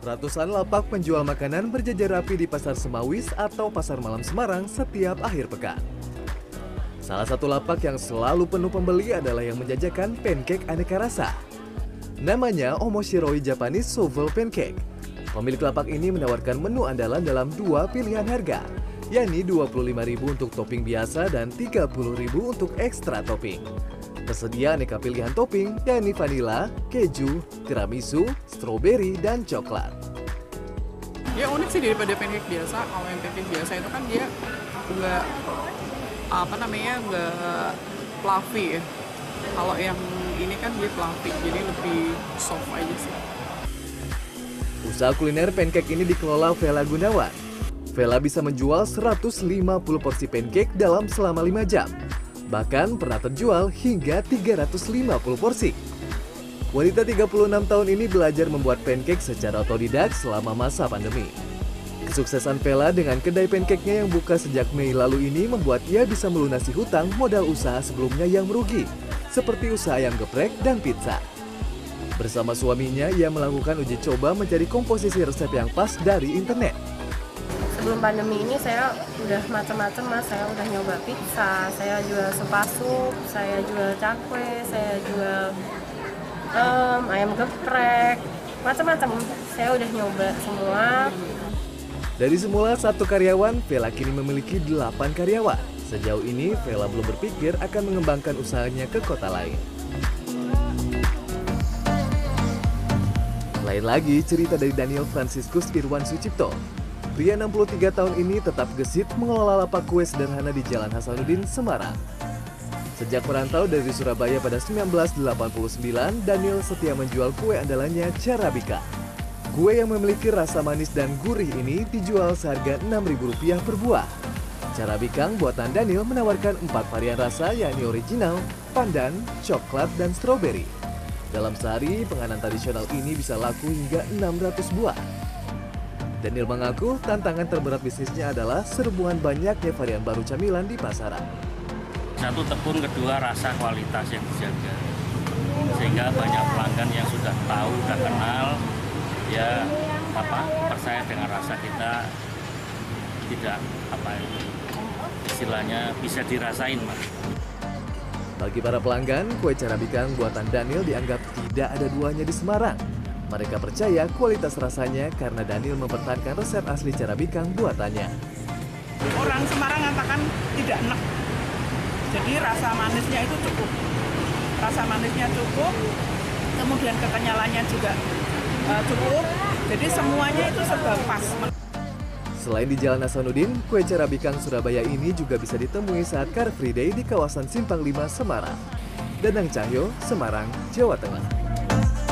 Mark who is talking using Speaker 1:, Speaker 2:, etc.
Speaker 1: Ratusan lapak penjual makanan berjajar rapi di Pasar Semawis atau Pasar Malam Semarang setiap akhir pekan. Salah satu lapak yang selalu penuh pembeli adalah yang menjajakan pancake aneka rasa. Namanya Omoshiroi Japanese Souffle Pancake. Pemilik lapak ini menawarkan menu andalan dalam dua pilihan harga, yakni Rp25.000 untuk topping biasa dan Rp30.000 untuk ekstra topping. Tersedia aneka pilihan topping, yakni vanila, keju, tiramisu, stroberi, dan coklat.
Speaker 2: Ya unik sih daripada pancake biasa. Kalau yang pancake biasa itu kan dia nggak nggak fluffy ya. Kalau yang ini kan dia fluffy, jadi lebih soft aja sih.
Speaker 1: Usaha kuliner pancake ini dikelola Vela Gunawan. Vela bisa menjual 150 porsi pancake dalam selama 5 jam. Bahkan pernah terjual hingga 350 porsi. Wanita 36 tahun ini belajar membuat pancake secara otodidak selama masa pandemi. Kesuksesan Vela dengan kedai pancake-nya yang buka sejak Mei lalu ini membuat ia bisa melunasi hutang modal usaha sebelumnya yang merugi, seperti usaha ayam geprek dan pizza. Bersama suaminya, ia melakukan uji coba mencari komposisi resep yang pas dari internet.
Speaker 3: Sebelum pandemi ini saya udah macam-macam mas, saya udah nyoba pizza, saya jual sup, saya jual cakwe, saya jual ayam geprek, macam-macam. Saya udah nyoba semua.
Speaker 1: Dari semula 1 karyawan, Vela kini memiliki 8 karyawan. Sejauh ini, Vela belum berpikir akan mengembangkan usahanya ke kota lain. Lain lagi cerita dari Daniel Franciscus Irwan Sucipto. Pria 63 tahun ini tetap gesit mengelola lapak kue sederhana di Jalan Hasanuddin, Semarang. Sejak merantau dari Surabaya pada 1989, Daniel setia menjual kue andalannya Carabika. Kue yang memiliki rasa manis dan gurih ini dijual seharga Rp6.000 per buah. Carabikang buatan Daniel menawarkan 4 varian rasa, yakni original, pandan, coklat, dan stroberi. Dalam sehari, penganan tradisional ini bisa laku hingga 600 buah. Daniel mengaku tantangan terberat bisnisnya adalah serbuan banyaknya varian baru camilan di pasaran.
Speaker 4: Satu tekun, kedua rasa kualitas yang dijaga. Sehingga banyak pelanggan yang sudah tahu, sudah kenal, ya percaya dengan rasa kita, tidak istilahnya bisa dirasain mas.
Speaker 1: Bagi para pelanggan, kue Carabikang buatan Daniel dianggap tidak ada duanya di Semarang. Mereka percaya kualitas rasanya karena Daniel mempertahankan resep asli Carabikang buatannya.
Speaker 2: Orang Semarang katakan tidak enak, jadi rasa manisnya itu cukup. Rasa manisnya cukup, kemudian kekenyalannya juga cukup, jadi semuanya itu serba pas.
Speaker 1: Selain di Jalan Hasanuddin, kue Carabikang Surabaya ini juga bisa ditemui saat Car Free Day di kawasan Simpang 5 Semarang. Danang Cahyo, Semarang, Jawa Tengah.